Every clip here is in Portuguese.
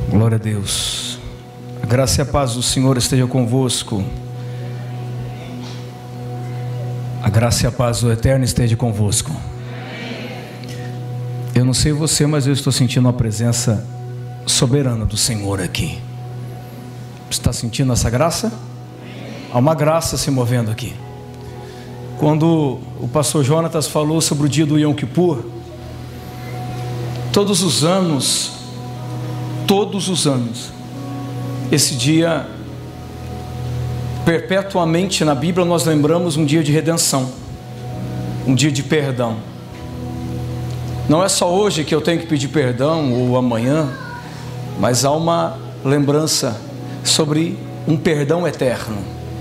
Glória a Deus. A graça e a paz do Senhor esteja convosco. A graça e a paz do Eterno esteja convosco. Eu não sei você, mas eu estou sentindo uma presença soberana do Senhor aqui. Você está sentindo essa graça? Há uma graça se movendo aqui. Quando o pastor Jonatas falou sobre o dia do Yom Kippur, todos os anos, esse dia, perpetuamente na Bíblia nós lembramos um dia de redenção, um dia de perdão. Não é só hoje que eu tenho que pedir perdão, ou amanhã, mas há uma lembrança sobre um perdão eterno.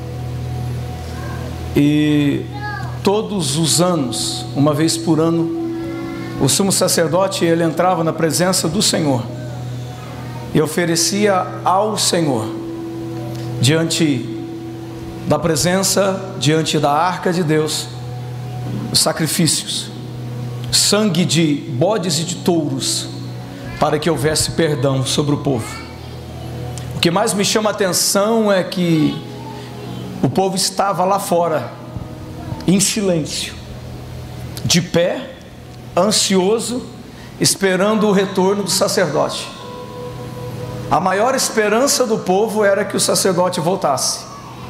E todos os anos, uma vez por ano, o sumo sacerdote, ele entrava na presença do Senhor e oferecia ao Senhor, diante da presença, diante da arca de Deus, os sacrifícios, sangue de bodes e de touros, para que houvesse perdão sobre o povo. O que mais me chama a atenção é que o povo estava lá fora, em silêncio, de pé, ansioso, esperando o retorno do sacerdote. A maior esperança do povo era que o sacerdote voltasse,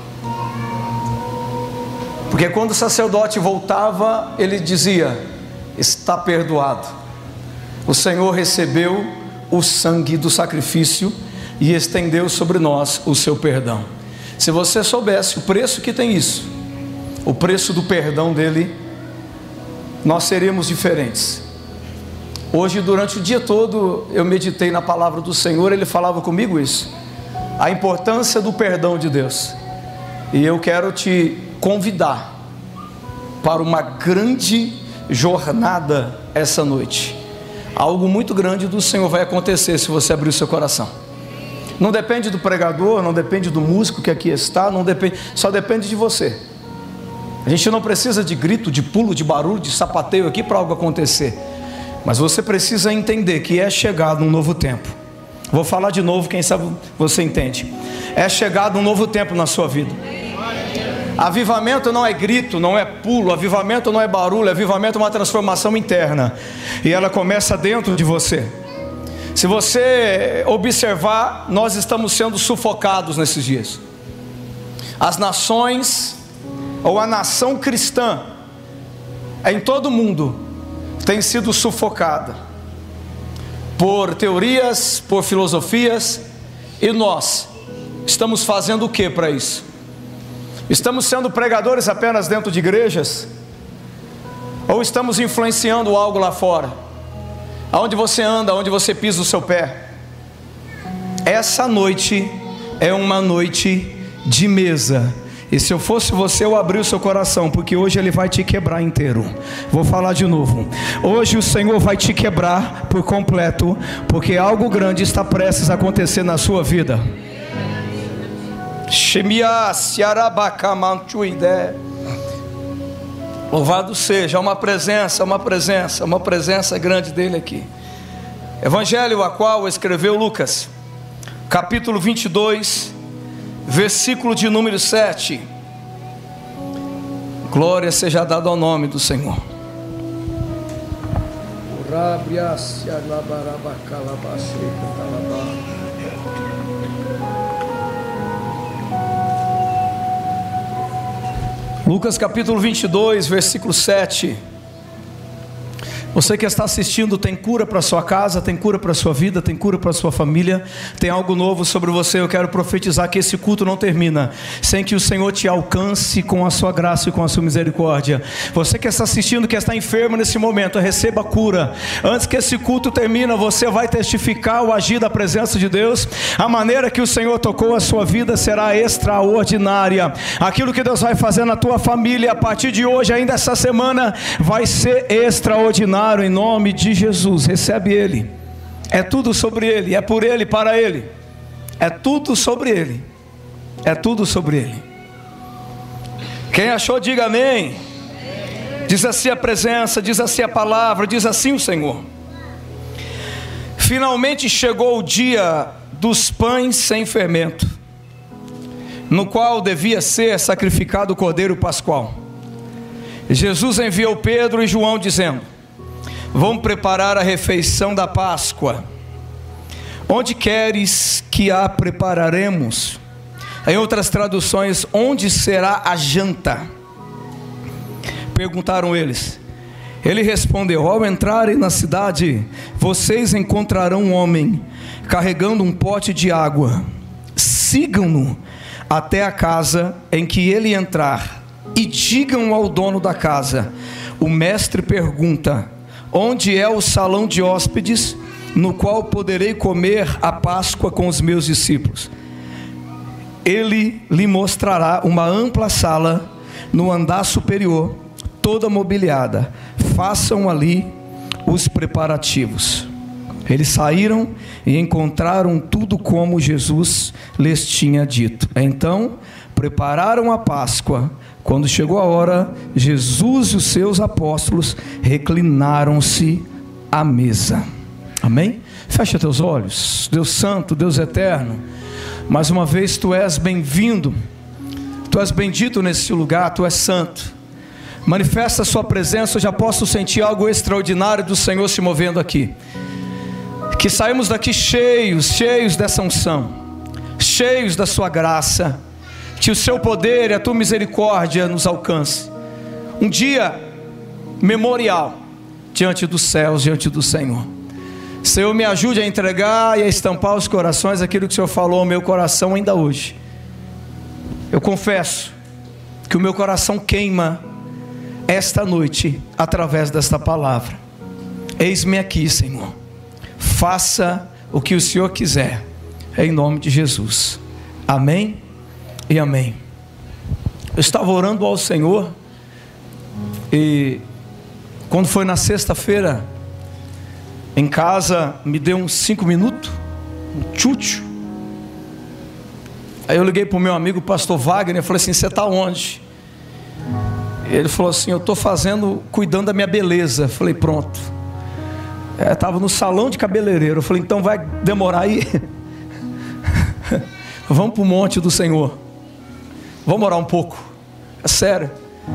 porque quando o sacerdote voltava, ele dizia: está perdoado, o Senhor recebeu o sangue do sacrifício e estendeu sobre nós o seu perdão. Se você soubesse o preço que tem isso, o preço do perdão dele, nós seríamos diferentes. Hoje, durante o dia todo, eu meditei na palavra do Senhor. Ele falava comigo isso, a importância do perdão de Deus. E eu quero te convidar para uma grande jornada essa noite. Algo muito grande do Senhor vai acontecer se você abrir o seu coração. Não depende do pregador, não depende do músico que aqui está, não depende, só depende de você. A gente não precisa de grito, de pulo, de barulho, de sapateio aqui para algo acontecer. Mas você precisa entender que é chegado um novo tempo. Vou falar de novo, quem sabe você entende. É chegado um novo tempo na sua vida. Avivamento não é grito, não é pulo, avivamento não é barulho, avivamento é uma transformação interna. E ela começa dentro de você. Se você observar, nós estamos sendo sufocados nesses dias. As nações, ou a nação cristã, em todo o mundo, tem sido sufocada por teorias, por filosofias. E nós estamos fazendo o que para isso? Estamos sendo pregadores apenas dentro de igrejas? Ou estamos influenciando algo lá fora? Aonde você anda, aonde você pisa o seu pé? Essa noite é uma noite de mesa. E se eu fosse você, eu abri o seu coração, porque hoje Ele vai te quebrar inteiro. Vou falar de novo. Hoje o Senhor vai te quebrar por completo, porque algo grande está prestes a acontecer na sua vida. Louvado seja, uma presença grande dele aqui. Evangelho a qual escreveu Lucas, capítulo 22, versículo de número 7. Glória seja dada ao nome do Senhor. Lucas capítulo 22, versículo 7. Você que está assistindo, tem cura para a sua casa, tem cura para a sua vida, tem cura para a sua família, tem algo novo sobre você. Eu quero profetizar que esse culto não termina sem que o Senhor te alcance com a sua graça e com a sua misericórdia. Você que está assistindo, que está enfermo nesse momento, receba cura. Antes que esse culto termine, você vai testificar o agir da presença de Deus. A maneira que o Senhor tocou a sua vida será extraordinária. Aquilo que Deus vai fazer na tua família a partir de hoje, ainda essa semana, vai ser extraordinário. Em nome de Jesus, recebe Ele. É tudo sobre Ele, é por Ele, para Ele. É tudo sobre Ele. É tudo sobre Ele. Quem achou, diga amém. Diz assim a presença, diz assim a palavra, diz assim o Senhor. Finalmente chegou o dia dos pães sem fermento, no qual devia ser sacrificado o cordeiro pascual. Jesus enviou Pedro e João dizendo: vão preparar a refeição da Páscoa. Onde queres que a prepararemos? Em outras traduções, onde será a janta? Perguntaram eles. Ele respondeu: ao entrarem na cidade, vocês encontrarão um homem carregando um pote de água. Sigam-no até a casa em que ele entrar e digam ao dono da casa: o mestre pergunta, onde é o salão de hóspedes, no qual poderei comer a Páscoa com os meus discípulos? Ele lhe mostrará uma ampla sala no andar superior, toda mobiliada. Façam ali os preparativos. Eles saíram e encontraram tudo como Jesus lhes tinha dito. Então prepararam a Páscoa. Quando chegou a hora, Jesus e os seus apóstolos reclinaram-se à mesa. Amém? Fecha teus olhos. Deus santo, Deus eterno, mais uma vez tu és bem-vindo, tu és bendito nesse lugar, tu és santo. Manifesta a sua presença. Eu já posso sentir algo extraordinário do Senhor se movendo aqui. Que saímos daqui cheios dessa unção, cheios da sua graça. Que o seu poder e a tua misericórdia nos alcance. Um dia memorial diante dos céus, diante do Senhor. Senhor, me ajude a entregar e a estampar os corações aquilo que o Senhor falou ao meu coração ainda hoje. Eu confesso que o meu coração queima esta noite através desta palavra. Eis-me aqui, Senhor. Faça o que o Senhor quiser, em nome de Jesus. Amém e amém. Eu estava orando ao Senhor, e quando foi na sexta-feira, em casa, me deu uns 5 minutos, um tchutchu. Aí eu liguei para o meu amigo, o pastor Wagner, e falei assim: você está onde? Ele falou assim: eu estou cuidando da minha beleza. Eu falei: pronto. Estava no salão de cabeleireiro. Eu falei: então vai demorar aí? Vamos para o monte do Senhor. Vamos orar um pouco. É sério.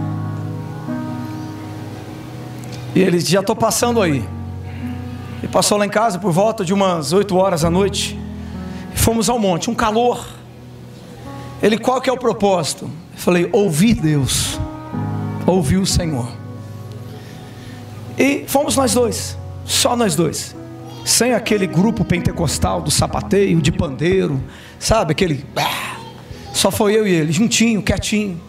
E ele disse: já estou passando aí. E passou lá em casa por volta de umas 8 horas da noite. E fomos ao monte, um calor. Ele: qual que é o propósito? Eu falei: ouvir Deus, ouvir o Senhor. E fomos nós dois, só nós dois, sem aquele grupo pentecostal do sapateio, de pandeiro, sabe, aquele... Só foi eu e ele, juntinho, quietinho.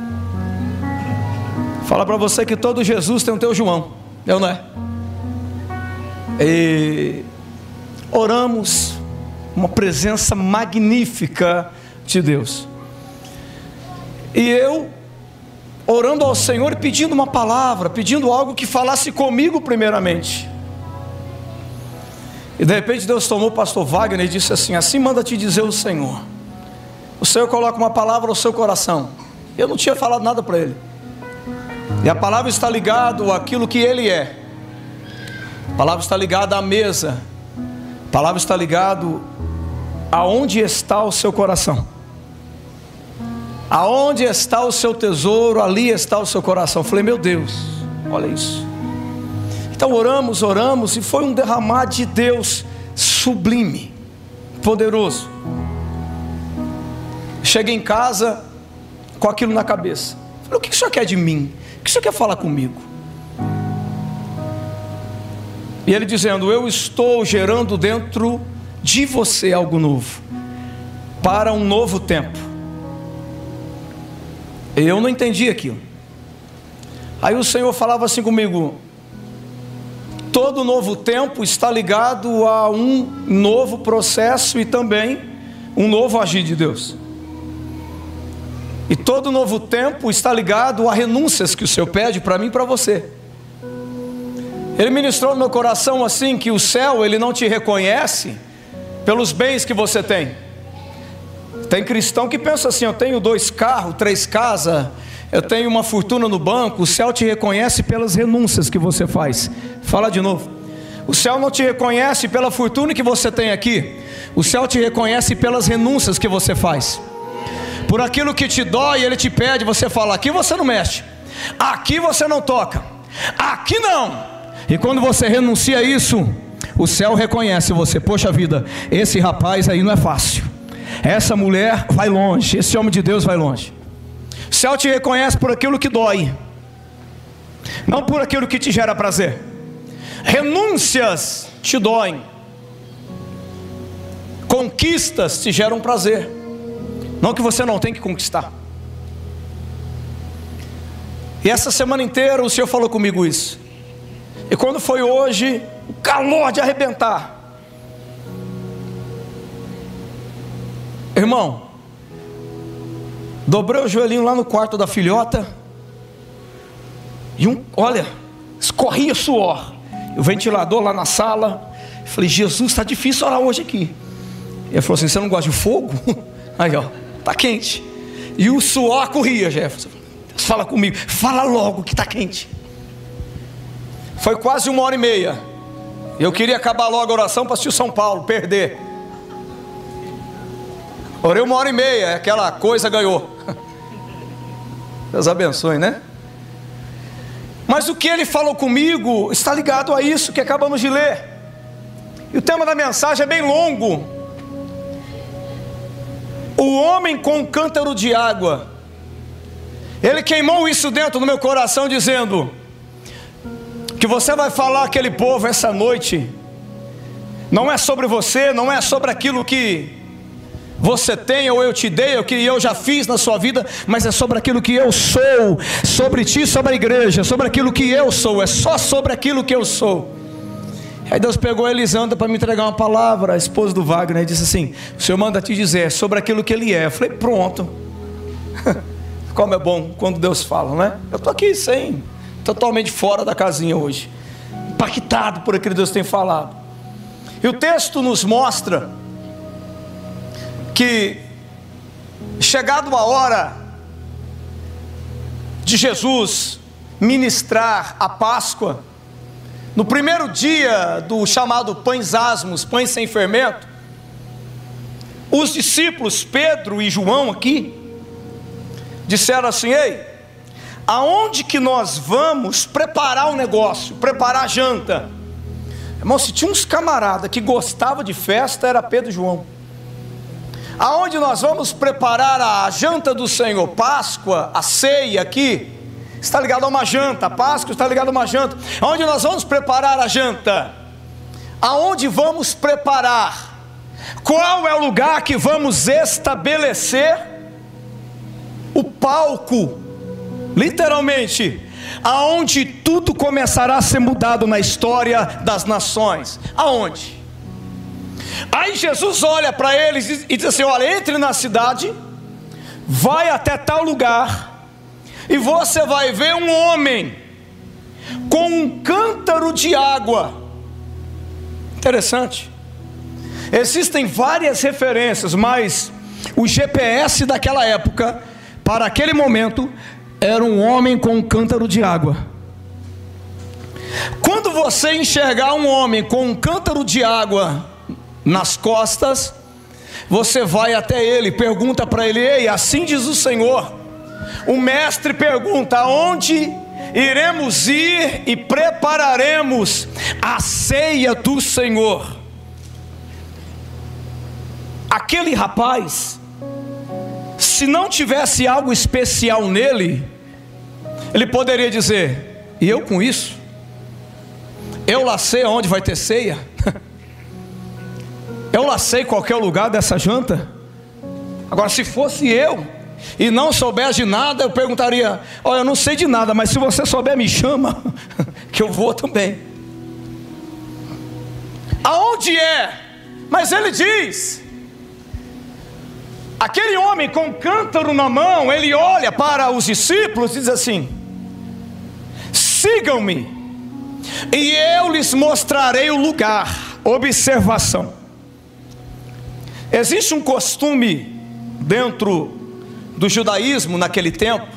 Fala para você que todo Jesus tem o teu João, eu não é? E oramos, uma presença magnífica de Deus. E eu orando ao Senhor e pedindo uma palavra, pedindo algo que falasse comigo primeiramente. E de repente Deus tomou o pastor Wagner e disse assim: assim manda te dizer o Senhor. O Senhor coloca uma palavra no seu coração. Eu não tinha falado nada para ele. E a palavra está ligada àquilo que ele é. A palavra está ligada à mesa. A palavra está ligada aonde está o seu coração. Aonde está o seu tesouro, ali está o seu coração. Eu falei: meu Deus, olha isso. Então oramos e foi um derramar de Deus sublime, poderoso. Cheguei em casa com aquilo na cabeça. Falei: o que o Senhor quer de mim? O que o Senhor quer falar comigo? E ele dizendo: eu estou gerando dentro de você algo novo, para um novo tempo. E eu não entendi aquilo. Aí o Senhor falava assim comigo: todo novo tempo está ligado a um novo processo e também um novo agir de Deus. E todo novo tempo está ligado a renúncias que o Senhor pede para mim e para você. Ele ministrou no meu coração assim, que o céu, ele não te reconhece pelos bens que você tem. Tem cristão que pensa assim: eu tenho 2 carros, 3 casas, eu tenho uma fortuna no banco. O céu te reconhece pelas renúncias que você faz. Fala de novo. O céu não te reconhece pela fortuna que você tem aqui. O céu te reconhece pelas renúncias que você faz. Por aquilo que te dói, Ele te pede, você fala: aqui você não mexe, aqui você não toca, aqui não. E quando você renuncia a isso, o céu reconhece você. Poxa vida, esse rapaz aí não é fácil, essa mulher vai longe, esse homem de Deus vai longe. O céu te reconhece por aquilo que dói, não por aquilo que te gera prazer. Renúncias te doem, conquistas te geram prazer. Não que você não tem que conquistar. E essa semana inteira o Senhor falou comigo isso. E quando foi hoje, o calor de arrebentar, irmão, dobrei o joelhinho lá no quarto da filhota, e olha, escorria suor. O ventilador lá na sala. Eu falei: Jesus, está difícil orar hoje aqui. E ele falou assim: você não gosta de fogo? Aí ó, está quente. E o suor corria, Jefferson. Deus fala comigo: fala logo que está quente. Foi quase 1h30. Eu queria acabar logo a oração para assistir o São Paulo perder. Orei 1h30, aquela coisa ganhou. Deus abençoe, né? Mas o que ele falou comigo está ligado a isso que acabamos de ler. E o tema da mensagem é bem longo. O homem com um cântaro de água. Ele queimou isso dentro do meu coração, dizendo que você vai falar àquele povo essa noite. Não é sobre você, não é sobre aquilo que você tem ou eu te dei, ou que eu já fiz na sua vida, mas é sobre aquilo que eu sou, sobre ti, sobre a igreja, sobre aquilo que eu sou, é só sobre aquilo que eu sou. Aí Deus pegou a Elisandra para me entregar uma palavra, a esposa do Wagner, e disse assim: o Senhor manda te dizer sobre aquilo que Ele é. Eu falei: pronto. Como é bom quando Deus fala, né? Eu estou aqui totalmente fora da casinha hoje, impactado por aquilo que Deus tem falado. E o texto nos mostra que, chegado a hora de Jesus ministrar a Páscoa, no primeiro dia do chamado pães asmos, pães sem fermento, os discípulos Pedro e João aqui disseram assim: ei, aonde que nós vamos preparar o negócio, preparar a janta? Irmão, se tinha uns camaradas que gostavam de festa, era Pedro e João. Aonde nós vamos preparar a janta do Senhor? Páscoa, a ceia aqui está ligado a uma janta. A Páscoa está ligado a uma janta. Aonde nós vamos preparar a janta? Aonde vamos preparar? Qual é o lugar que vamos estabelecer o palco? Literalmente, aonde tudo começará a ser mudado na história das nações. Aonde? Aí Jesus olha para eles e diz assim: olha, entre na cidade, vai até tal lugar, e você vai ver um homem com um cântaro de água. Interessante. Existem várias referências, mas o GPS daquela época, para aquele momento, era um homem com um cântaro de água. Quando você enxergar um homem com um cântaro de água nas costas, você vai até ele, pergunta para ele: ei, assim diz o Senhor. O mestre pergunta: aonde iremos ir e prepararemos a ceia do Senhor? Aquele rapaz, se não tivesse algo especial nele, ele poderia dizer: e eu com isso? Eu lá sei aonde vai ter ceia? Eu lá sei qualquer lugar dessa janta? Agora, se fosse eu e não soubesse de nada, eu perguntaria: olha, eu não sei de nada, mas se você souber, me chama, que eu vou também. Aonde é? Mas ele diz, aquele homem com cântaro na mão, ele olha para os discípulos e diz assim: sigam-me, e eu lhes mostrarei o lugar. Observação: existe um costume dentro do judaísmo naquele tempo,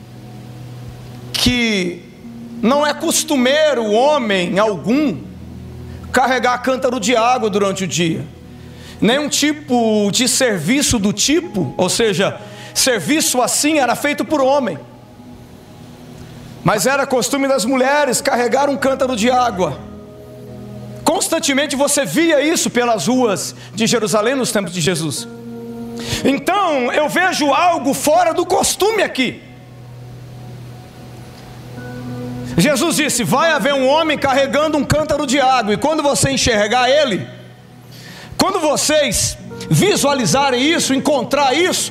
que não é costumeiro homem algum carregar cântaro de água durante o dia. Nenhum tipo de serviço do tipo, ou seja, serviço assim era feito por homem. Mas era costume das mulheres carregar um cântaro de água. Constantemente você via isso pelas ruas de Jerusalém nos tempos de Jesus. Então eu vejo algo fora do costume aqui. Jesus disse: vai haver um homem carregando um cântaro de água, e quando você enxergar ele, quando vocês visualizarem isso, encontrar isso,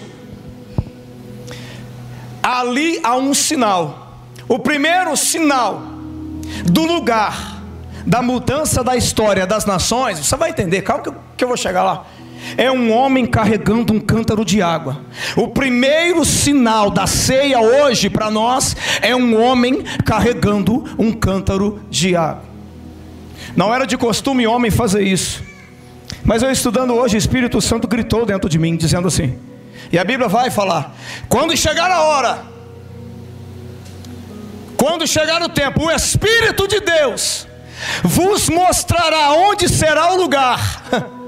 ali há um sinal. O primeiro sinal do lugar da mudança da história das nações, você vai entender, calma que eu vou chegar lá. É um homem carregando um cântaro de água. O primeiro sinal da ceia hoje para nós é um homem carregando um cântaro de água. Não era de costume homem fazer isso, mas eu estudando hoje, o Espírito Santo gritou dentro de mim, dizendo assim, e a Bíblia vai falar: quando chegar a hora, quando chegar o tempo, o Espírito de Deus vos mostrará onde será o lugar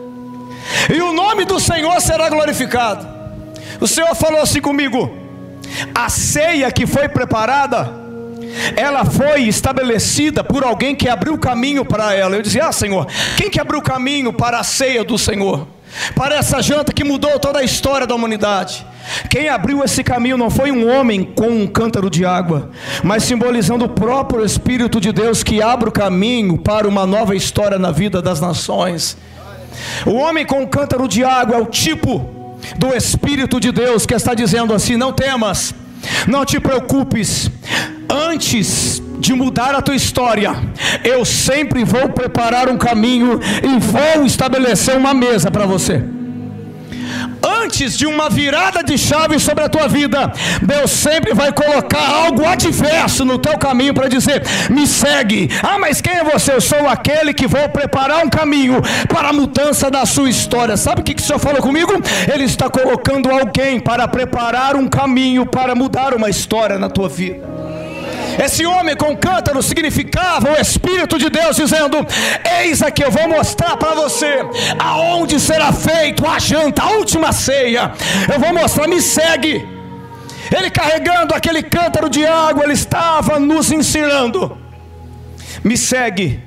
e o nome do Senhor será glorificado. O Senhor falou assim comigo: a ceia que foi preparada, ela foi estabelecida por alguém que abriu caminho para ela. Eu dizia: Senhor, quem que abriu caminho para a ceia do Senhor? Para essa janta que mudou toda a história da humanidade. Quem abriu esse caminho não foi um homem com um cântaro de água, mas simbolizando o próprio Espírito de Deus, que abre o caminho para uma nova história na vida das nações. O homem com um cântaro de água é o tipo do Espírito de Deus, que está dizendo assim: não temas, não te preocupes, antes de mudar a tua história, eu sempre vou preparar um caminho e vou estabelecer uma mesa para você. Antes de uma virada de chave sobre a tua vida, Deus sempre vai colocar algo adverso no teu caminho para dizer: me segue. Ah, mas quem é você? Eu sou aquele que vou preparar um caminho para a mudança da sua história. Sabe o que o Senhor falou comigo? Ele está colocando alguém para preparar um caminho para mudar uma história na tua vida. Esse homem com cântaro significava o Espírito de Deus dizendo: eis aqui, eu vou mostrar para você aonde será feito a janta, a última ceia. Eu vou mostrar, me segue. Ele carregando aquele cântaro de água, ele estava nos ensinando: me segue,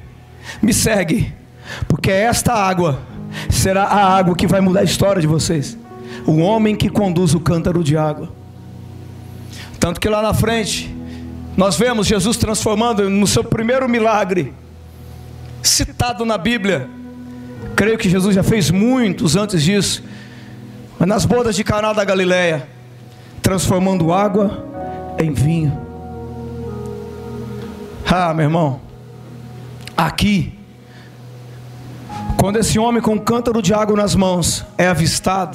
porque esta água será a água que vai mudar a história de vocês. O homem que conduz o cântaro de água. Tanto que lá na frente nós vemos Jesus transformando no seu primeiro milagre, citado na Bíblia. Creio que Jesus já fez muitos antes disso, mas nas bodas de Caná da Galileia, transformando água em vinho. Ah, meu irmão, aqui, quando esse homem com um cântaro de água nas mãos é avistado,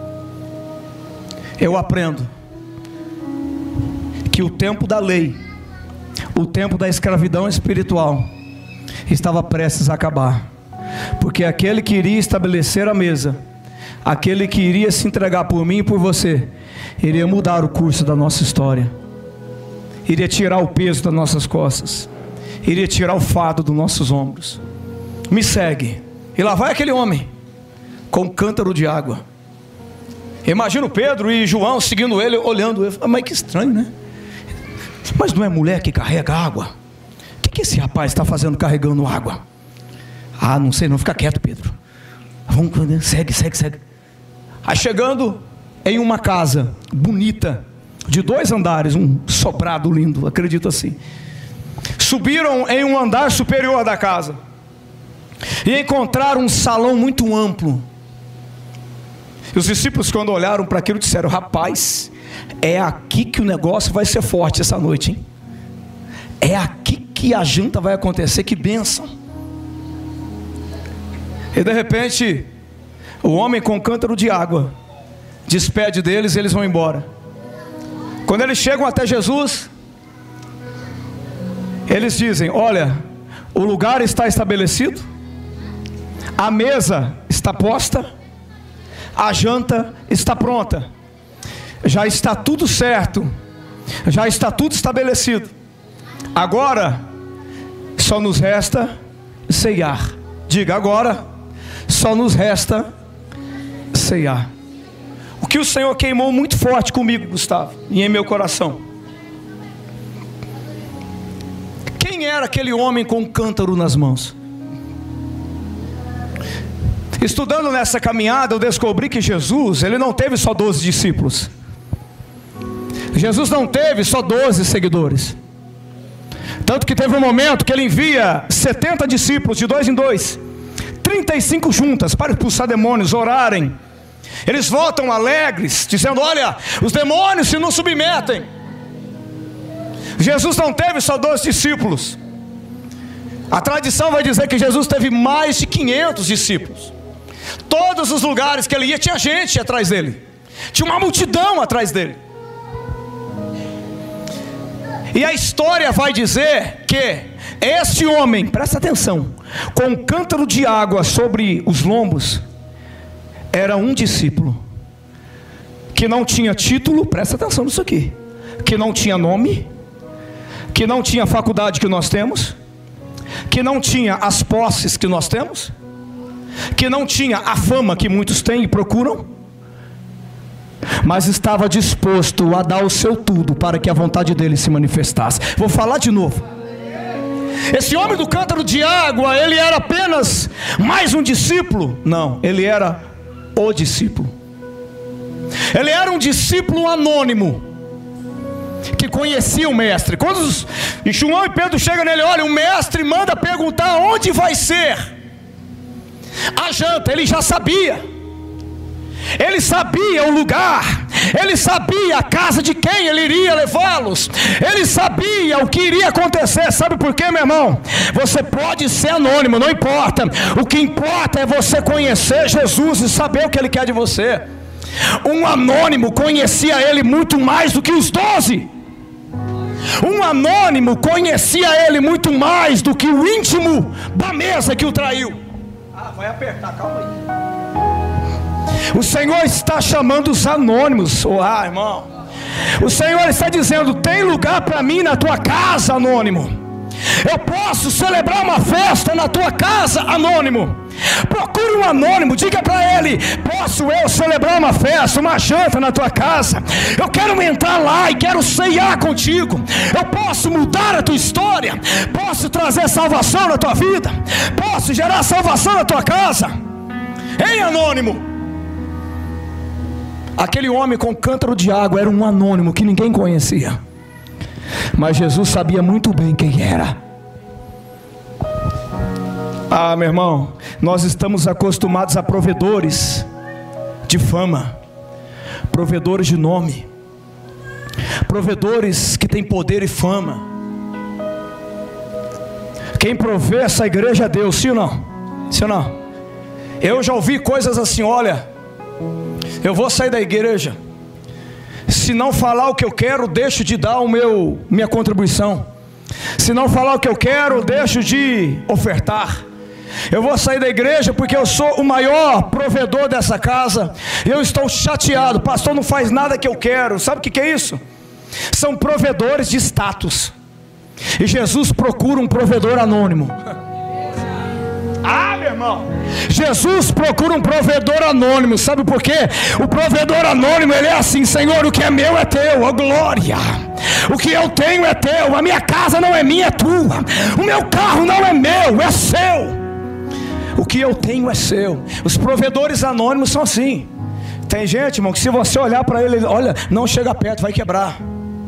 eu aprendo que o tempo da lei, o tempo da escravidão espiritual estava prestes a acabar, porque aquele que iria estabelecer a mesa, aquele que iria se entregar por mim e por você, iria mudar o curso da nossa história, iria tirar o peso das nossas costas, iria tirar o fardo dos nossos ombros. Me segue. E lá vai aquele homem com um cântaro de água. Imagino Pedro e João seguindo ele, olhando ele. Mas que estranho, né? Mas não é mulher que carrega água? O que esse rapaz está fazendo carregando água? Ah, não sei não, fica quieto, Pedro. Vamos, segue. Aí chegando em uma casa bonita, de 2 andares, um sobrado lindo, acredito assim. Subiram em um andar superior da casa e encontraram um salão muito amplo. E os discípulos, quando olharam para aquilo, disseram: rapaz, é aqui que o negócio vai ser forte essa noite, hein? É aqui que a janta vai acontecer, que bênção. E de repente, o homem com um cântaro de água despede deles e eles vão embora. Quando eles chegam até Jesus, eles dizem: olha, o lugar está estabelecido, a mesa está posta, a janta está pronta, já está tudo certo, já está tudo estabelecido. Agora só nos resta ceiar. Diga agora, só nos resta ceiar. O que o Senhor queimou muito forte comigo, Gustavo, e em meu coração. Quem era aquele homem com um cântaro nas mãos? Estudando nessa caminhada, eu descobri que Jesus, ele não teve só 12 discípulos. Jesus não teve só 12 seguidores. Tanto que teve um momento que ele envia 70 discípulos, de 2 em 2, 35 juntas, para expulsar demônios, orarem. Eles voltam alegres, dizendo: olha, os demônios se nos submetem. Jesus não teve só 12 discípulos. A tradição vai dizer que Jesus teve mais de 500 discípulos. Todos os lugares que ele ia, tinha gente atrás dele, tinha uma multidão atrás dele. E a história vai dizer que esse homem, presta atenção, com um cântaro de água sobre os lombos, era um discípulo, que não tinha título, presta atenção nisso aqui, que não tinha nome, que não tinha a faculdade que nós temos, que não tinha as posses que nós temos, que não tinha a fama que muitos têm e procuram, mas estava disposto a dar o seu tudo para que a vontade dele se manifestasse. Vou falar de novo. Esse homem do cântaro de água, ele era apenas mais um discípulo? Não, ele era o discípulo. Ele era um discípulo anônimo, que conhecia o mestre. Quando João e Pedro chegam nele: olha, o mestre manda perguntar onde vai ser a janta. Ele já sabia. Ele sabia o lugar, ele sabia a casa de quem ele iria levá-los, ele sabia o que iria acontecer. Sabe por quê, meu irmão? Você pode ser anônimo, não importa. O que importa é você conhecer Jesus e saber o que ele quer de você. Um anônimo conhecia ele muito mais do que os 12. Um anônimo conhecia ele muito mais do que o íntimo da mesa que o traiu. Vai apertar, calma aí. O Senhor está chamando os anônimos. Irmão, o Senhor está dizendo: tem lugar para mim na tua casa, anônimo. Eu posso celebrar uma festa na tua casa, anônimo. Procure um anônimo, diga para ele: posso eu celebrar uma festa, uma janta na tua casa? Eu quero entrar lá e quero ceiar contigo. Eu posso mudar a tua história, posso trazer salvação na tua vida, posso gerar salvação na tua casa. Ei, anônimo! Aquele homem com cântaro de água era um anônimo que ninguém conhecia, mas Jesus sabia muito bem quem era. Meu irmão, nós estamos acostumados a provedores de fama, provedores de nome, provedores que têm poder e fama. Quem provê essa igreja é Deus, sim ou não? Sim ou não? Eu já ouvi coisas assim: olha, eu vou sair da igreja, se não falar o que eu quero, deixo de dar minha contribuição. Se não falar o que eu quero, deixo de ofertar. Eu vou sair da igreja porque eu sou o maior provedor dessa casa. Eu estou chateado, pastor não faz nada que eu quero. Sabe o que é isso? São provedores de status. E Jesus procura um provedor anônimo. Meu irmão, Jesus procura um provedor anônimo. Sabe por quê? O provedor anônimo, ele é assim: Senhor, o que é meu é teu, ó glória. O que eu tenho é teu. A minha casa não é minha, é tua. O meu carro não é meu, é seu. O que eu tenho é seu. Os provedores anônimos são assim. Tem gente, irmão, que se você olhar para ele, olha, não chega perto, vai quebrar.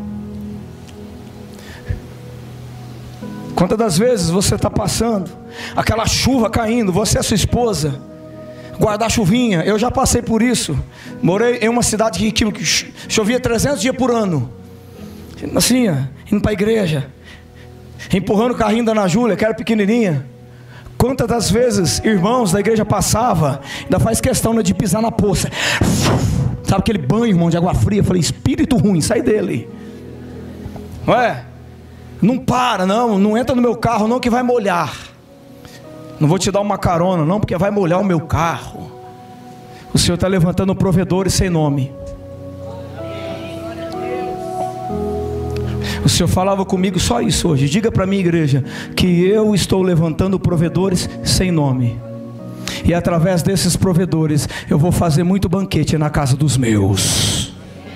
Quantas das vezes você está passando, aquela chuva caindo, você e a sua esposa, guarda-chuvinha. Eu já passei por isso. Morei em uma cidade que chovia 300 dias por ano, assim, indo para a igreja, empurrando o carrinho da Ana Júlia, que era pequenininha. Quantas das vezes irmãos da igreja passava, ainda faz questão de pisar na poça. Sabe aquele banho, irmão, de água fria? Eu falei: espírito ruim, sai dele. Não é? Não para, não entra no meu carro não, que vai molhar. Não vou te dar uma carona não, porque vai molhar o meu carro. O Senhor está levantando provedores sem nome. O Senhor falava comigo só isso hoje. Diga para minha igreja que eu estou levantando provedores sem nome, e através desses provedores eu vou fazer muito banquete na casa dos meus.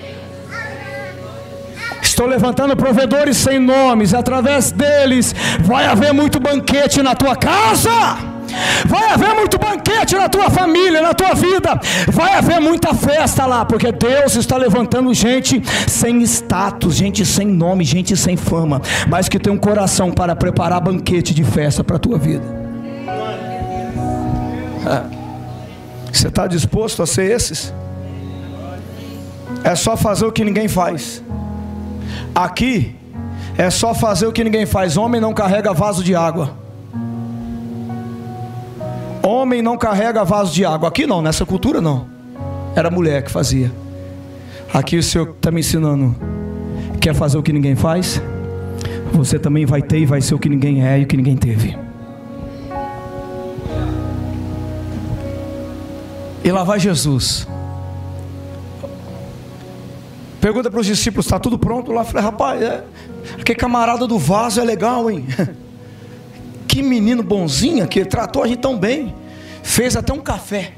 Estou levantando provedores sem nomes, através deles vai haver muito banquete na tua casa, vai haver muito banquete na tua família, na tua vida, vai haver muita festa lá, porque Deus está levantando gente sem status, gente sem nome, gente sem fama, mas que tem um coração para preparar banquete de festa para a tua vida. Você está disposto a ser esses? É só fazer o que ninguém faz. Aqui é só fazer o que ninguém faz. Homem não carrega vaso de água. Homem não carrega vaso de água. Aqui não, nessa cultura não. Era mulher que fazia. Aqui o Senhor está me ensinando. Quer fazer o que ninguém faz? Você também vai ter e vai ser o que ninguém é e o que ninguém teve. E lá vai Jesus. Pergunta para os discípulos: está tudo pronto lá? Eu falei: rapaz, aquele camarada do vaso é legal, hein? Que menino bonzinho, que tratou a gente tão bem. Fez até um café.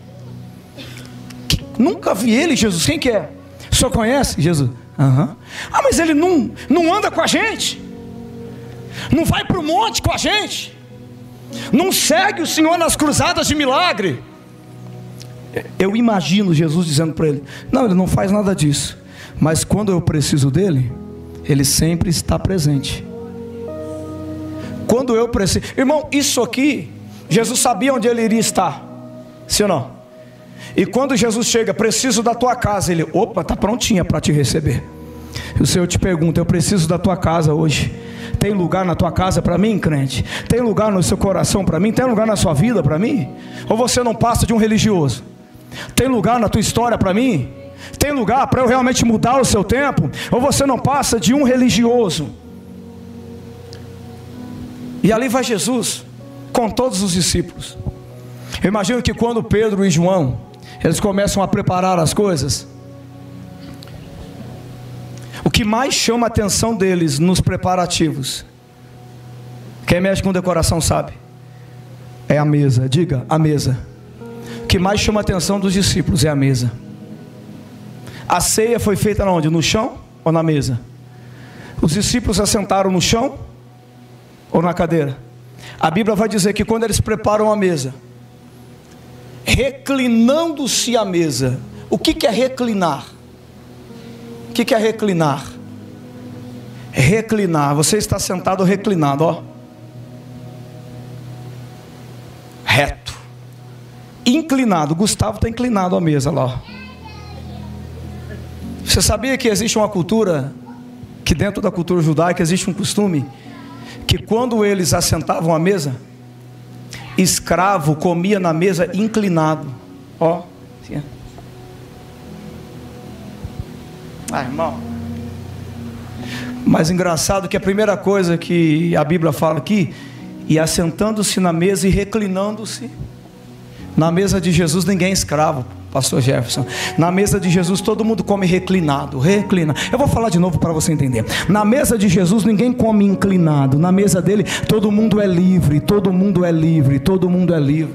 Nunca vi ele, Jesus. Quem que é? O senhor conhece? Jesus. Aham. Ah, mas ele não anda com a gente. Não vai para o monte com a gente. Não segue o Senhor nas cruzadas de milagre. Eu imagino Jesus dizendo para ele: não, ele não faz nada disso, mas quando eu preciso dele, ele sempre está presente. Quando eu preciso, irmão, isso aqui, Jesus sabia onde ele iria estar, sim ou não? E quando Jesus chega: preciso da tua casa, ele: opa, está prontinha para te receber. E o Senhor te pergunta: eu preciso da tua casa hoje. Tem lugar na tua casa para mim, crente? Tem lugar no seu coração para mim? Tem lugar na sua vida para mim? Ou você não passa de um religioso? Tem lugar na tua história para mim? Tem lugar para eu realmente mudar o seu tempo? Ou você não passa de um religioso? E ali vai Jesus com todos os discípulos. Eu imagino que quando Pedro e João, eles começam a preparar as coisas, o que mais chama a atenção deles nos preparativos, quem mexe com decoração sabe, é a mesa. Diga: a mesa. O que mais chama a atenção dos discípulos é a mesa. A ceia foi feita onde? No chão ou na mesa? Os discípulos assentaram no chão ou na cadeira? A Bíblia vai dizer que quando eles preparam a mesa, reclinando-se à mesa. O que é reclinar? O que é reclinar? Reclinar, você está sentado reclinado, ó, reto. Inclinado, Gustavo está inclinado à mesa lá, ó. Você sabia que existe uma cultura, que dentro da cultura judaica existe um costume, que quando eles assentavam à mesa, escravo comia na mesa inclinado, ó, assim. Ah, irmão, mas engraçado que a primeira coisa que a Bíblia fala aqui, e assentando-se na mesa e reclinando-se. Na mesa de Jesus ninguém é escravo, pastor Jefferson. Na mesa de Jesus todo mundo come reclinado, reclina. Eu vou falar de novo para você entender. Na mesa de Jesus ninguém come inclinado. Na mesa dele todo mundo é livre, todo mundo é livre, todo mundo é livre.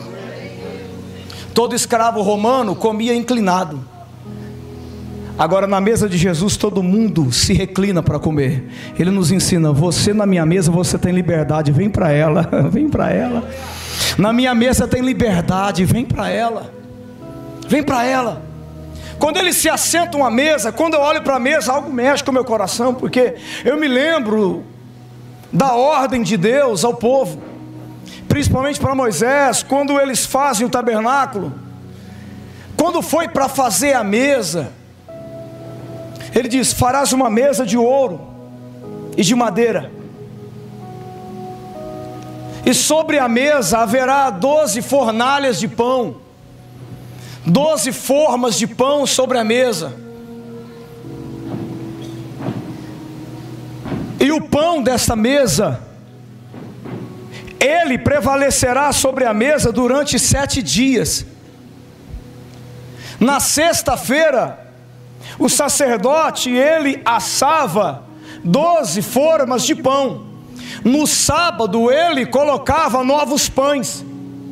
Todo escravo romano comia inclinado. Agora na mesa de Jesus todo mundo se reclina para comer. Ele nos ensina: você na minha mesa você tem liberdade, vem para ela, vem para ela. Na minha mesa tem liberdade, vem para ela, vem para ela. Quando eles se assentam à mesa, quando eu olho para a mesa, algo mexe com o meu coração, porque eu me lembro da ordem de Deus ao povo, principalmente para Moisés, quando eles fazem o tabernáculo. Quando foi para fazer a mesa, ele diz: farás uma mesa de ouro e de madeira, e sobre a mesa haverá 12 fornalhas de pão, 12 formas de pão sobre a mesa. E o pão desta mesa, ele prevalecerá sobre a mesa durante 7 dias. Na sexta-feira, o sacerdote, ele assava 12 formas de pão. No sábado ele colocava novos pães.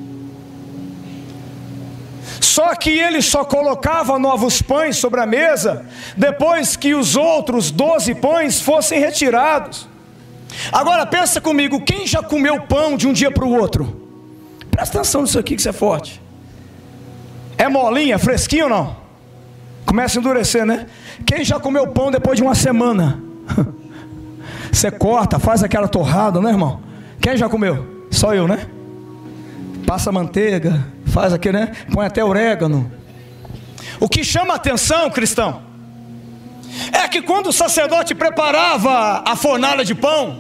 Só que ele só colocava novos pães sobre a mesa depois que os outros 12 pães fossem retirados. Agora pensa comigo, quem já comeu pão de um dia para o outro? Presta atenção nisso aqui que isso é forte. É molinha, fresquinho ou não? Começa a endurecer, né? Quem já comeu pão depois de uma semana? Você corta, faz aquela torrada, né, irmão? Quem já comeu? Só eu, né? Passa manteiga, faz aqui, né? Põe até orégano. O que chama a atenção, cristão, é que quando o sacerdote preparava a fornalha de pão,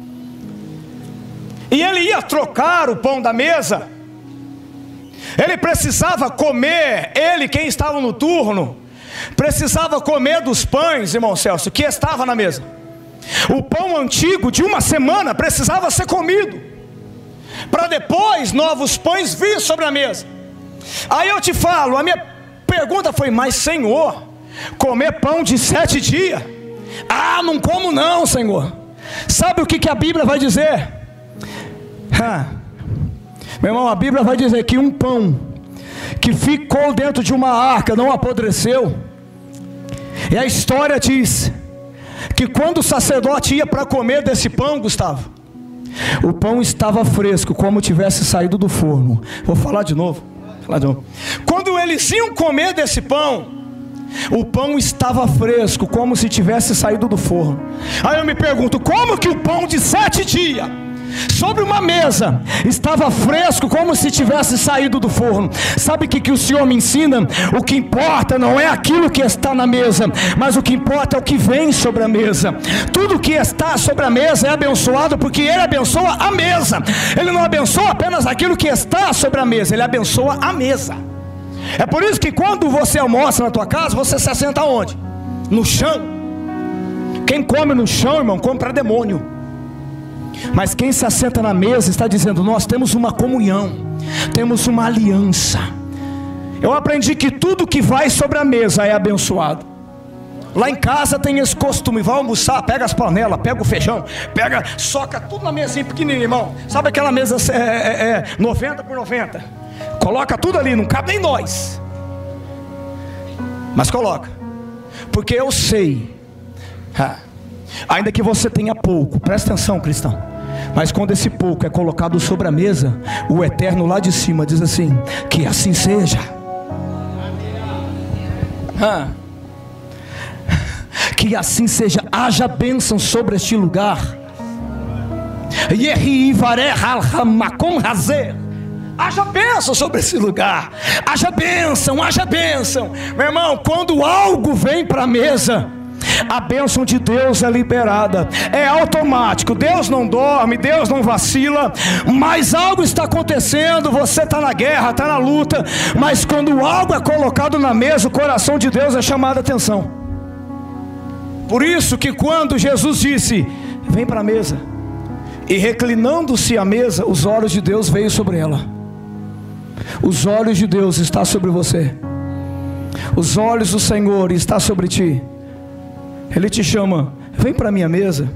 e ele ia trocar o pão da mesa, ele precisava comer, quem estava no turno, precisava comer dos pães, irmão Celso, que estava na mesa. O pão antigo de uma semana precisava ser comido, para depois novos pães vir sobre a mesa. Aí eu te falo, a minha pergunta foi: mas Senhor, comer pão de 7 dias? Ah, não como não, Senhor. Sabe o que a Bíblia vai dizer? Meu irmão, a Bíblia vai dizer que um pão que ficou dentro de uma arca não apodreceu. E a história diz que quando o sacerdote ia para comer desse pão, Gustavo, o pão estava fresco, como tivesse saído do forno. Vou falar de novo. Quando eles iam comer desse pão, o pão estava fresco, como se tivesse saído do forno. Aí eu me pergunto, como que o pão de 7 dias sobre uma mesa estava fresco, como se tivesse saído do forno? Sabe o que o Senhor me ensina? O que importa não é aquilo que está na mesa, mas o que importa é o que vem sobre a mesa. Tudo que está sobre a mesa é abençoado, porque Ele abençoa a mesa. Ele não abençoa apenas aquilo que está sobre a mesa, Ele abençoa a mesa. É por isso que quando você almoça na tua casa, você se assenta onde? No chão. Quem come no chão, irmão, come para demônio. Mas quem se assenta na mesa está dizendo: nós temos uma comunhão, temos uma aliança. Eu aprendi que tudo que vai sobre a mesa é abençoado. Lá em casa tem esse costume: vai almoçar, pega as panelas, pega o feijão, soca tudo na mesinha pequenininha, irmão. Sabe aquela mesa 90 por 90? Coloca tudo ali, não cabe nem nós, mas coloca, porque eu sei, ainda que você tenha pouco, presta atenção, cristão, mas quando esse pouco é colocado sobre a mesa, o Eterno lá de cima diz assim: que assim seja. Que assim seja, haja bênção sobre este lugar. Haja bênção sobre esse lugar. Haja bênção, haja bênção. Meu irmão, quando algo vem para a mesa, a bênção de Deus é liberada. É automático. Deus não dorme, Deus não vacila. Mas algo está acontecendo. Você está na guerra, está na luta. Mas quando algo é colocado na mesa, o coração de Deus é chamado a atenção. Por isso que quando Jesus disse: vem para a mesa, e reclinando-se à mesa, os olhos de Deus veio sobre ela. Os olhos de Deus estão sobre você. Os olhos do Senhor estão sobre ti. Ele te chama: vem para a minha mesa,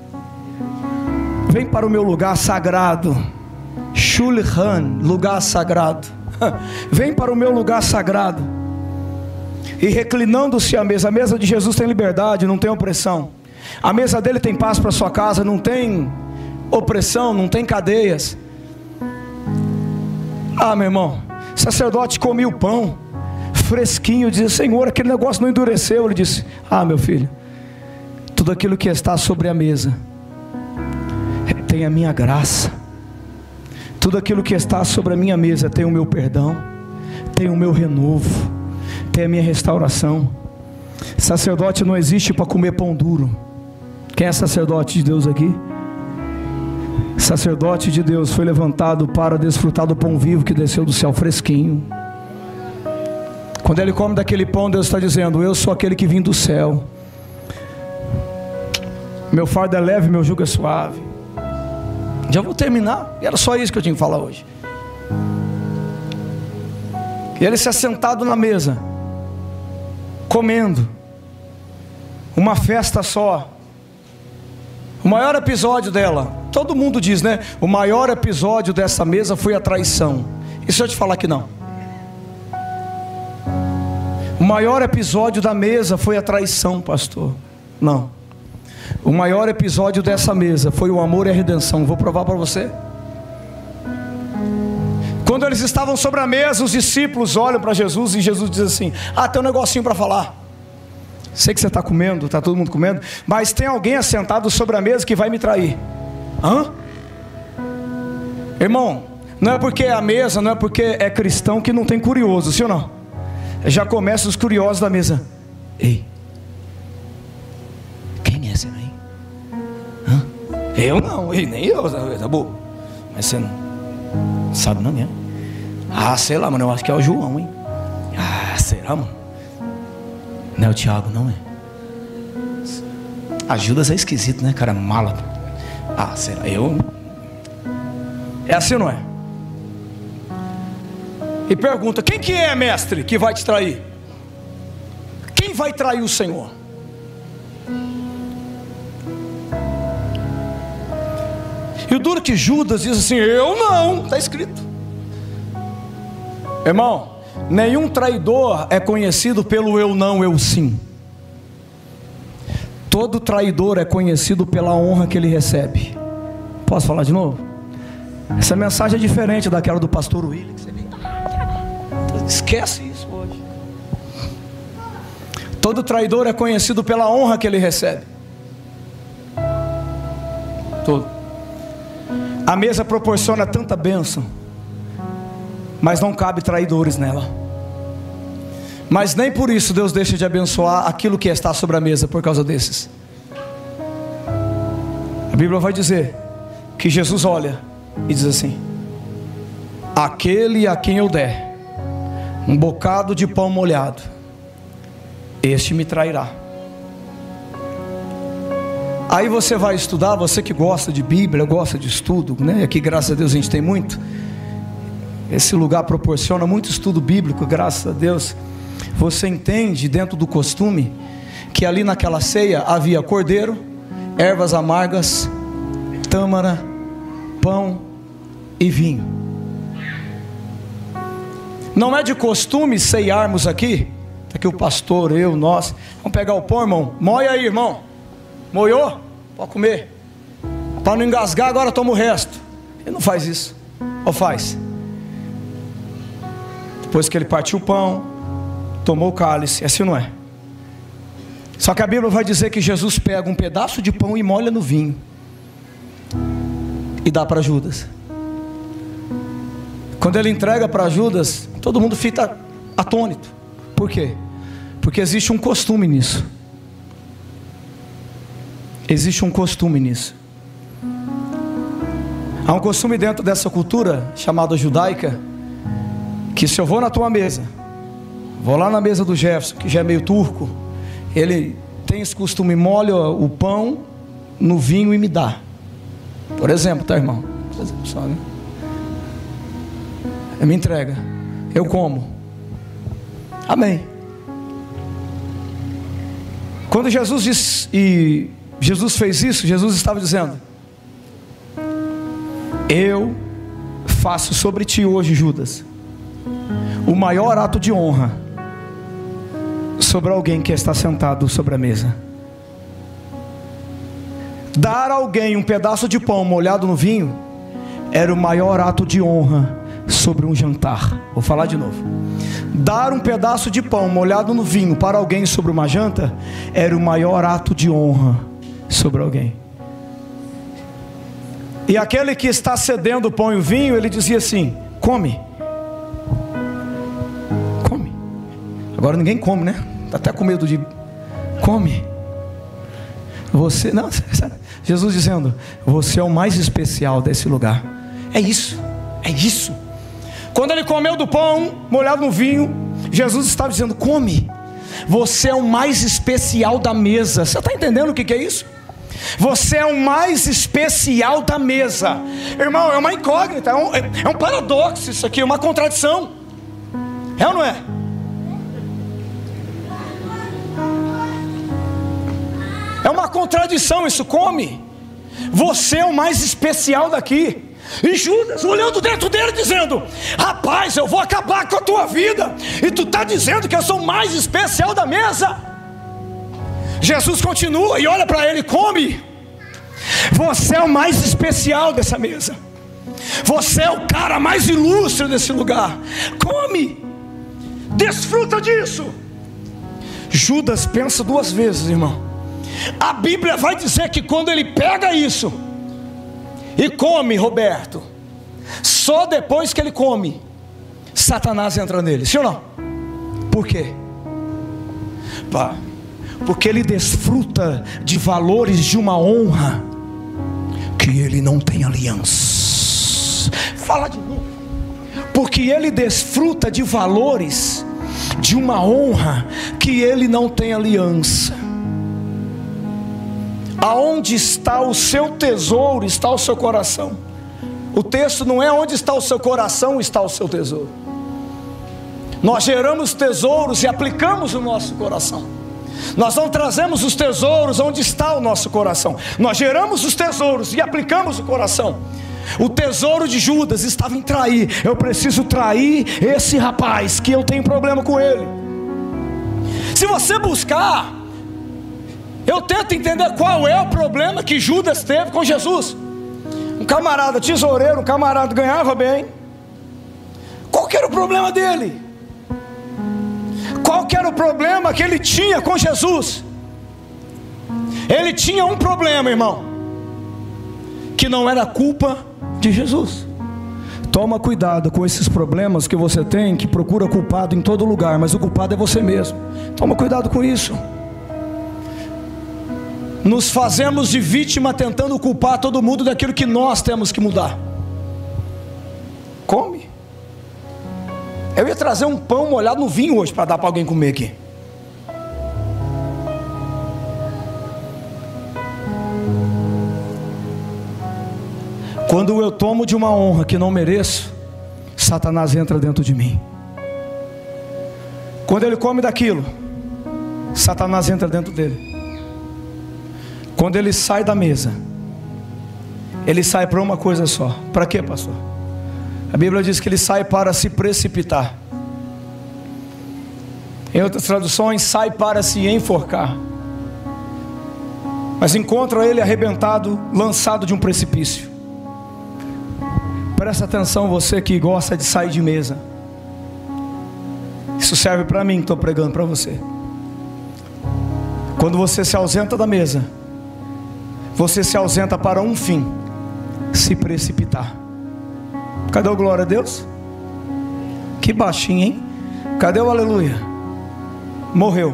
vem para o meu lugar sagrado. Shulchan, lugar sagrado. Vem para o meu lugar sagrado. E reclinando-se à mesa. A mesa de Jesus tem liberdade, não tem opressão. A mesa dele tem paz para sua casa, não tem opressão, não tem cadeias. Meu irmão, o sacerdote comia o pão fresquinho, dizia: Senhor, aquele negócio não endureceu. Ele disse: meu filho, tudo aquilo que está sobre a mesa tem a minha graça. Tudo aquilo que está sobre a minha mesa tem o meu perdão, tem o meu renovo, tem a minha restauração. Sacerdote não existe para comer pão duro. Quem é sacerdote de Deus aqui? Sacerdote de Deus foi levantado para desfrutar do pão vivo que desceu do céu fresquinho. Quando ele come daquele pão, Deus está dizendo: eu sou aquele que vim do céu. Meu fardo é leve, meu jugo é suave. Já vou terminar. E era só isso que eu tinha que falar hoje. E ele se assentado na mesa, comendo, uma festa só. O maior episódio dela, todo mundo diz, né? O maior episódio dessa mesa foi a traição. E se eu te falar que não? O maior episódio da mesa foi a traição, pastor. Não. O maior episódio dessa mesa foi o amor e a redenção. Vou provar para você. Quando eles estavam sobre a mesa, os discípulos olham para Jesus e Jesus diz assim: tem um negocinho para falar. Sei que você está comendo, está todo mundo comendo, mas tem alguém assentado sobre a mesa que vai me trair. Irmão, não é porque é a mesa, não é porque é cristão que não tem curioso, sim ou não? Já começam os curiosos da mesa. Ei, quem é esse aí? Eu não, nem eu, tá bom. Mas você não sabe não mesmo? Sei lá, mano, eu acho que é o João, hein? Será, mano? Não é o Tiago, não é? A Judas é esquisito, né, cara? Mala. Será? Eu? É assim ou não é? E pergunta: quem que é, mestre, que vai te trair? Quem vai trair o Senhor? E o duro que Judas diz assim: eu não, está escrito. Irmão, nenhum traidor é conhecido pelo eu não, eu sim. Todo traidor é conhecido pela honra que ele recebe. Posso falar de novo? Essa mensagem é diferente daquela do pastor William. Esquece isso hoje. Todo traidor é conhecido pela honra que ele recebe. Todo. A mesa proporciona tanta bênção, mas não cabe traidores nela. Mas nem por isso Deus deixa de abençoar aquilo que está sobre a mesa por causa desses. A Bíblia vai dizer que Jesus olha e diz assim: aquele a quem eu der um bocado de pão molhado, este me trairá. Aí você vai estudar, você que gosta de Bíblia, gosta de estudo, né? Aqui graças a Deus a gente tem muito. Esse lugar proporciona muito estudo bíblico, graças a Deus. Você entende dentro do costume que ali naquela ceia havia cordeiro, ervas amargas, tâmara, pão e vinho. Não é de costume ceiarmos aqui. Está aqui o pastor, eu, nós. Vamos pegar o pão, irmão. Moia aí, irmão. Moiou? Pode comer. Para não engasgar, agora toma o resto. Ele não faz isso. Ou faz? Depois que ele partiu o pão, tomou o cálice. Assim não é? Só que a Bíblia vai dizer que Jesus pega um pedaço de pão e molha no vinho e dá para Judas. Quando ele entrega para Judas, todo mundo fica atônito. Por quê? Porque existe um costume nisso. Existe um costume nisso. Há um costume dentro dessa cultura chamada judaica, que se eu vou na tua mesa, vou lá na mesa do Jefferson, que já é meio turco, ele tem esse costume: molha o pão no vinho e me dá. Por exemplo, tá, irmão? Por exemplo, só, né? Ele me entrega, eu como. Amém. Quando Jesus disse, e Jesus fez isso, Jesus estava dizendo: eu faço sobre ti hoje, Judas, o maior ato de honra sobre alguém que está sentado sobre a mesa. Dar a alguém um pedaço de pão molhado no vinho era o maior ato de honra sobre um jantar. Vou falar de novo. Dar um pedaço de pão molhado no vinho para alguém sobre uma janta era o maior ato de honra sobre alguém. E aquele que está cedendo o pão e o vinho, ele dizia assim: come. Come. Agora ninguém come, né? Está até com medo de... Come. Você... Não, sério. Jesus dizendo: você é o mais especial desse lugar. É isso. É isso. Quando ele comeu do pão molhado no vinho, Jesus estava dizendo: come. Você é o mais especial da mesa. Você está entendendo o que é isso? Você é o mais especial da mesa. Irmão, é uma incógnita, é um paradoxo isso aqui, é uma contradição. É ou não é? É uma contradição isso. Come. você é o mais especial daqui. E Judas olhando dentro dele dizendo: rapaz, eu vou acabar com a tua vida, e tu está dizendo que eu sou o mais especial da mesa. Jesus continua e olha para ele: come, você é o mais especial dessa mesa, você é o cara mais ilustre desse lugar, come, desfruta disso. Judas pensa duas vezes, irmão. A Bíblia vai dizer que quando ele pega isso e come, Roberto, só depois que ele come, Satanás entra nele, sim ou não? Por quê? Porque ele desfruta de valores de uma honra que ele não tem aliança. Fala de novo. Porque ele desfruta de valores de uma honra que ele não tem aliança. Aonde está o seu tesouro, está o seu coração. O texto não é onde está o seu coração, está o seu tesouro. Nós geramos tesouros e aplicamos o nosso coração. Nós não trazemos os tesouros onde está o nosso coração. Nós geramos os tesouros e aplicamos o coração. O tesouro de Judas estava em trair. Eu preciso trair esse rapaz, que eu tenho problema com ele. Se você buscar, eu tento entender qual é o problema que Judas teve com Jesus. Um camarada tesoureiro, um camarada ganhava bem. Qual que era o problema dele? Qual que era o problema que ele tinha com Jesus? Ele tinha um problema, irmão, que não era culpa de Jesus. Toma cuidado com esses problemas que você tem, que procura culpado em todo lugar, mas o culpado é você mesmo. Toma cuidado com isso. Nos fazemos de vítima tentando culpar todo mundo daquilo que nós temos que mudar. Come. Eu ia trazer um pão molhado no vinho hoje para dar para alguém comer aqui. Quando eu tomo de uma honra que não mereço, Satanás entra dentro de mim. Quando ele come daquilo, Satanás entra dentro dele. Quando ele sai da mesa, ele sai para uma coisa só. Para quê, pastor? A Bíblia diz que ele sai para se precipitar. Em outras traduções, sai para se enforcar. Mas encontra ele arrebentado, lançado de um precipício. Presta atenção, você que gosta de sair de mesa. Isso serve para mim que estou pregando para você. Quando você se ausenta da mesa, você se ausenta para um fim: se precipitar. Cadê o glória a Deus? Que baixinho, hein? Cadê o aleluia? Morreu.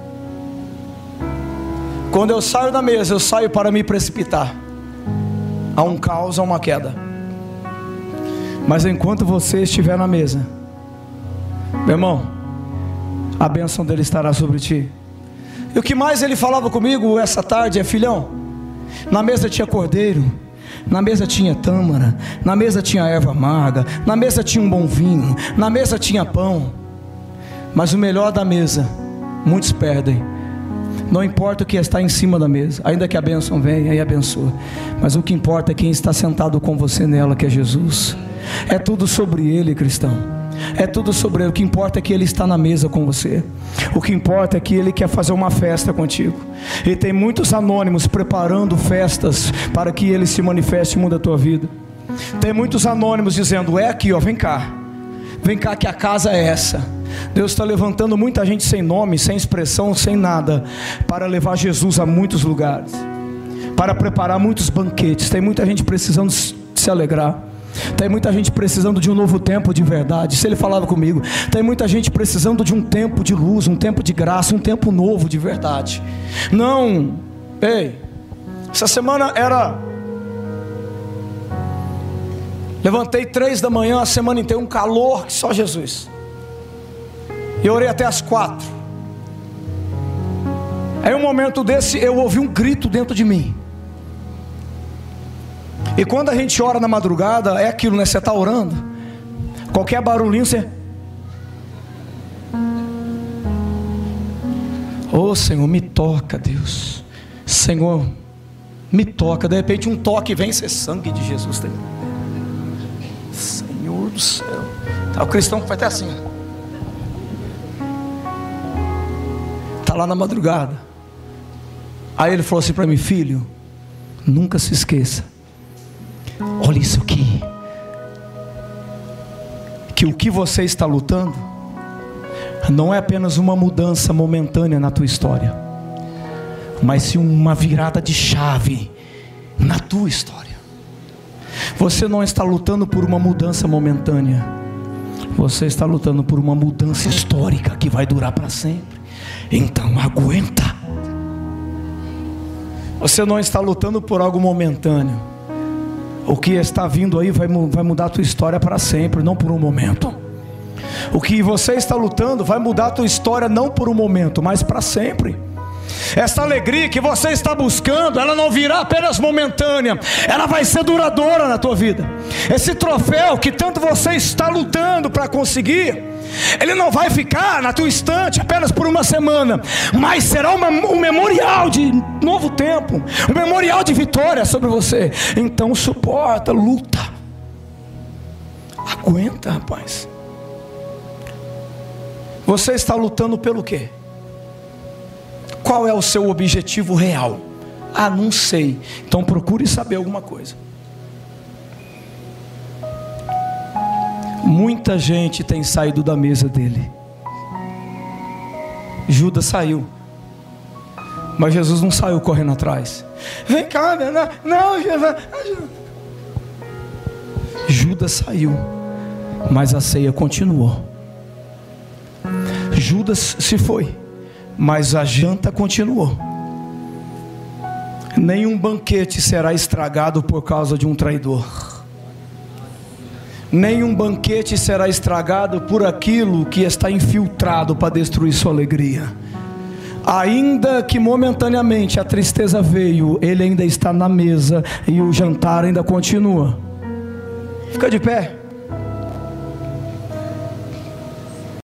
Quando eu saio da mesa, eu saio para me precipitar. Há um caos, há uma queda. Mas enquanto você estiver na mesa, meu irmão, a bênção dele estará sobre ti. E o que mais ele falava comigo essa tarde é: filhão, na mesa tinha cordeiro, na mesa tinha tâmara, na mesa tinha erva amarga, na mesa tinha um bom vinho, na mesa tinha pão. Mas o melhor da mesa, muitos perdem. Não importa o que está em cima da mesa, ainda que a bênção venha e abençoa, mas o que importa é quem está sentado com você nela, que é Jesus. É tudo sobre Ele, cristão. É tudo sobre Ele. O que importa é que Ele está na mesa com você. O que importa é que Ele quer fazer uma festa contigo. E tem muitos anônimos preparando festas para que Ele se manifeste no mundo da tua vida. Tem muitos anônimos dizendo: é aqui, ó, vem cá que a casa é essa. Deus está levantando muita gente sem nome, sem expressão, sem nada, para levar Jesus a muitos lugares, para preparar muitos banquetes. Tem muita gente precisando se alegrar. Tem muita gente precisando de um novo tempo de verdade. Se ele falava comigo, tem muita gente precisando de um tempo de luz, um tempo de graça, um tempo novo de verdade. Não, ei, essa semana levantei 3 da manhã, a semana inteira, um calor que só Jesus. E orei até as 4. Aí um momento desse, eu ouvi um grito dentro de mim. E quando a gente ora na madrugada, é aquilo, né? Você está orando, qualquer barulhinho você... Oh Senhor, me toca, Deus. Senhor, me toca. De repente um toque vem, ser sangue de Jesus. Senhor do céu. Tá, o cristão vai até assim. Tá lá na madrugada. Aí ele falou assim para mim: filho, nunca se esqueça. Olha isso aqui. Que o que você está lutando não é apenas uma mudança momentânea na tua história, mas sim uma virada de chave na tua história. Você não está lutando por uma mudança momentânea, você está lutando por uma mudança histórica que vai durar para sempre. Então aguenta. Você não está lutando por algo momentâneo. O que está vindo aí vai mudar a tua história para sempre, não por um momento. O que você está lutando vai mudar a tua história não por um momento, mas para sempre. Essa alegria que você está buscando, ela não virá apenas momentânea, ela vai ser duradoura na tua vida. Esse troféu que tanto você está lutando para conseguir, ele não vai ficar na tua estante apenas por uma semana, mas será um memorial de novo tempo, um memorial de vitória sobre você. Então suporta, luta, aguenta, rapaz. Você está lutando pelo quê? Qual é o seu objetivo real? Ah, não sei. Então procure saber alguma coisa. Muita gente tem saído da mesa dele. Judas saiu, mas Jesus não saiu correndo atrás. Vem cá, não, Jesus. Judas saiu, mas a ceia continuou. Judas se foi, mas a janta continuou. Nenhum banquete será estragado por causa de um traidor. Nenhum banquete será estragado por aquilo que está infiltrado para destruir sua alegria. Ainda que momentaneamente a tristeza veio, ele ainda está na mesa e o jantar ainda continua. Fica de pé.